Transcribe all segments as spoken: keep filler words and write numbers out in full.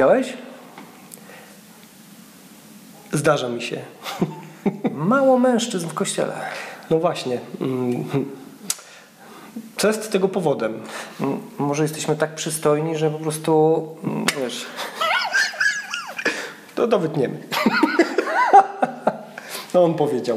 Widziałeś? Zdarza mi się. Mało mężczyzn w kościele. No właśnie. Co jest tego powodem? Może jesteśmy tak przystojni, że po prostu, wiesz... To nawet nie my. No on powiedział.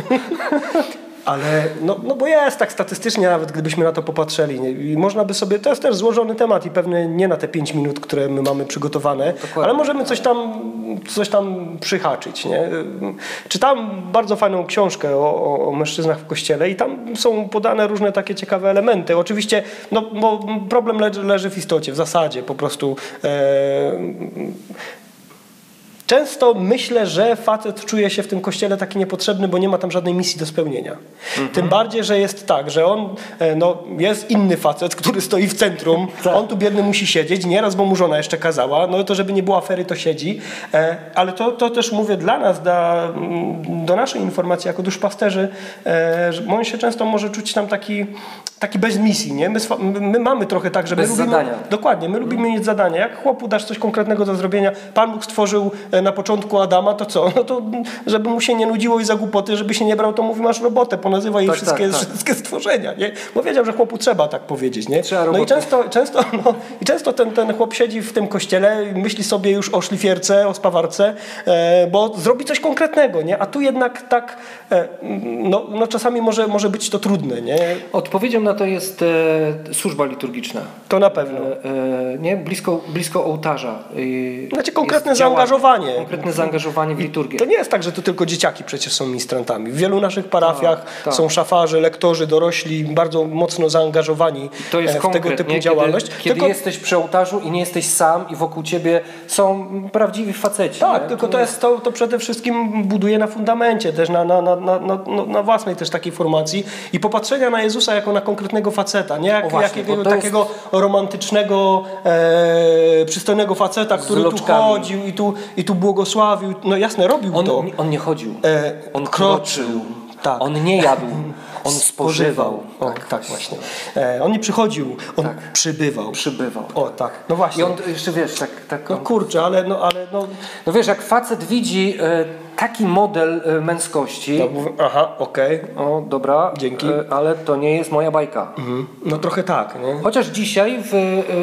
Ale no, no bo jest tak statystycznie, nawet gdybyśmy na to popatrzyli. Nie? I można by sobie, to jest też złożony temat i pewnie nie na te pięć minut, które my mamy przygotowane, dokładnie, ale możemy coś tam, coś tam przyhaczyć. Nie? Czytałem bardzo fajną książkę o, o, o mężczyznach w kościele i tam są podane różne takie ciekawe elementy. Oczywiście no, bo problem leży, leży w istocie, w zasadzie po prostu. E, Często myślę, że facet czuje się w tym kościele taki niepotrzebny, bo nie ma tam żadnej misji do spełnienia. Mhm. Tym bardziej, że jest tak, że on, no, jest inny facet, który stoi w centrum, tak. On tu biedny musi siedzieć, nieraz, bo mu żona jeszcze kazała, no to żeby nie było afery, to siedzi, ale to, to też mówię dla nas, dla, do naszej informacji jako duszpasterzy, że on się często może czuć tam taki, taki bez misji, nie? My, my mamy trochę tak, że my bez lubimy... zadania. Dokładnie, my lubimy mieć zadania. Jak chłopu dasz coś konkretnego do zrobienia, Pan Bóg stworzył na początku Adama, to co? No to żeby mu się nie nudziło i za głupoty, żeby się nie brał, to mówi, masz robotę, ponazywaj jej tak, wszystkie, tak, tak. wszystkie stworzenia, nie? Bo wiedział, że chłopu trzeba tak powiedzieć, nie? No i często, często, no, i często ten, ten chłop siedzi w tym kościele, myśli sobie już o szlifierce, o spawarce, e, bo zrobi coś konkretnego, nie? A tu jednak tak, e, no, no czasami może, może być to trudne, nie? Odpowiedzią na to jest e, służba liturgiczna. To na pewno. E, e, nie? Blisko, blisko ołtarza. E, znaczy konkretne zaangażowanie. Konkretne zaangażowanie w liturgię. To nie jest tak, że to tylko dzieciaki przecież są ministrantami. W wielu naszych parafiach tak, tak. są szafarze, lektorzy, dorośli, bardzo mocno zaangażowani to jest w tego typu nie? działalność. Kiedy, kiedy tylko... jesteś przy ołtarzu i nie jesteś sam i wokół ciebie są prawdziwi faceci. Tak, nie? tylko to, jest, to, to przede wszystkim buduje na fundamencie, też na, na, na, na, na, na własnej też takiej formacji i popatrzenia na Jezusa jako na konkretnego faceta, nie jak, właśnie, jakiego takiego jest... romantycznego, e, przystojnego faceta, który tu chodził i tu, i tu błogosławił. No jasne, robił on, to. On nie chodził. E, on kroczył. kroczył. Tak. On nie jadł. On spożywał. O, tak, tak właśnie. E, on nie przychodził, on tak. przybywał. Przybywał. O tak, no właśnie. I on jeszcze wiesz, tak... tak no on... kurczę, ale no... Ale, no... no wiesz, jak facet widzi e, taki model e, męskości... To mówię, aha, okej. Okay. O, dobra. Dzięki. E, ale to nie jest moja bajka. Mhm. No trochę tak, nie? Chociaż dzisiaj w...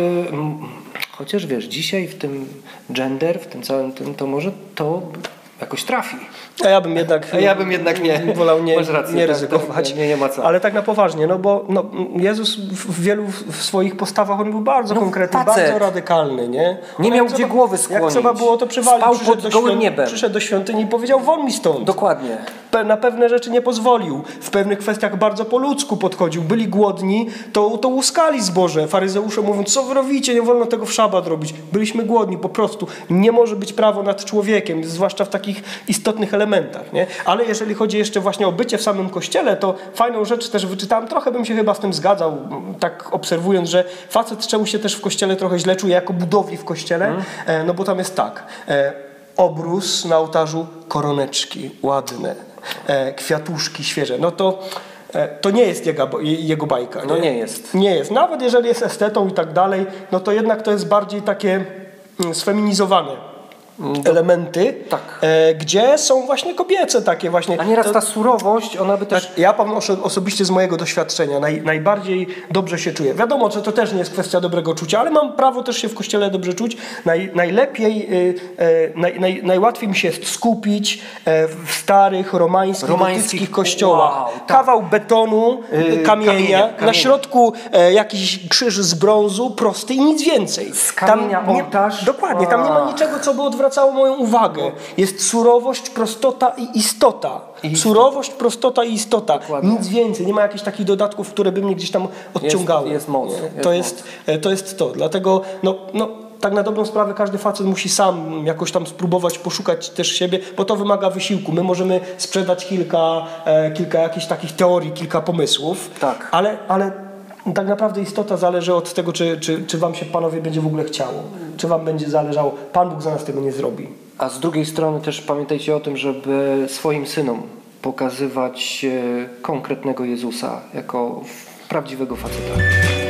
E, chociaż wiesz, dzisiaj w tym gender, w tym całym tym, to może to... jakoś trafi. A ja bym jednak, A ja bym jednak nie wolał nie, rację, nie tak, ryzykować. Tak, nie, nie ma co. Ale tak na poważnie, no bo no, Jezus w wielu w swoich postawach on był bardzo no, konkretny, facet. bardzo radykalny, nie? On nie miał gdzie trzeba, głowy skłonić. Jak trzeba było to przywalić. Spał przyszedł, pod do gołym świąt, niebem. przyszedł do świątyni i powiedział, won mi stąd. Dokładnie. Na pewne rzeczy nie pozwolił. W pewnych kwestiach bardzo po ludzku podchodził. Byli głodni, to, to łuskali zboże. Faryzeusze mówią, co wy robicie, nie wolno tego w szabat robić. Byliśmy głodni, po prostu. Nie może być prawo nad człowiekiem, zwłaszcza w takich istotnych elementach, nie? Ale jeżeli chodzi jeszcze właśnie o bycie w samym kościele, to fajną rzecz też wyczytałem, trochę bym się chyba z tym zgadzał, tak obserwując, że facet czemu się też w kościele trochę źle czuje, jako budowli w kościele, hmm. no bo tam jest tak, obrus na ołtarzu, koroneczki ładne, kwiatuszki świeże, no to to nie jest jego, jego bajka. Nie? No nie jest. Nie jest. Nawet jeżeli jest estetą i tak dalej, no to jednak to jest bardziej takie sfeminizowane elementy, tak. e, gdzie są właśnie kobiece takie właśnie. A nieraz to, ta surowość, ona by też... Tak, ja powiem oso- osobiście z mojego doświadczenia naj, najbardziej dobrze się czuję. Wiadomo, że to też nie jest kwestia dobrego czucia, ale mam prawo też się w kościele dobrze czuć. Naj, najlepiej, y, y, naj, naj, najłatwiej mi się jest skupić y, w starych, romańskich, gotyckich kościołach. Wow, tak. Kawał betonu, y, kamienia, kamienia, kamienia, na środku y, jakiś krzyż z brązu, prosty i nic więcej. Z kamienia tam nie, ołtarz. Dokładnie, tam nie ma niczego, co by odwracało całą moją uwagę. Jest surowość, prostota i istota. I surowość, prostota i istota. Dokładnie. Nic więcej. Nie ma jakichś takich dodatków, które by mnie gdzieś tam odciągały. Jest, jest moc. Jest to, moc. Jest, to jest to. Dlatego no, no, tak na dobrą sprawę każdy facet musi sam jakoś tam spróbować poszukać też siebie, bo to wymaga wysiłku. My możemy sprzedać kilka, e, kilka jakichś takich teorii, kilka pomysłów, tak. ale, ale tak naprawdę istota zależy od tego, czy, czy, czy wam się, panowie, będzie w ogóle chciało. Czy wam będzie zależało. Pan Bóg za nas tego nie zrobi. A z drugiej strony też pamiętajcie o tym, żeby swoim synom pokazywać konkretnego Jezusa jako prawdziwego faceta.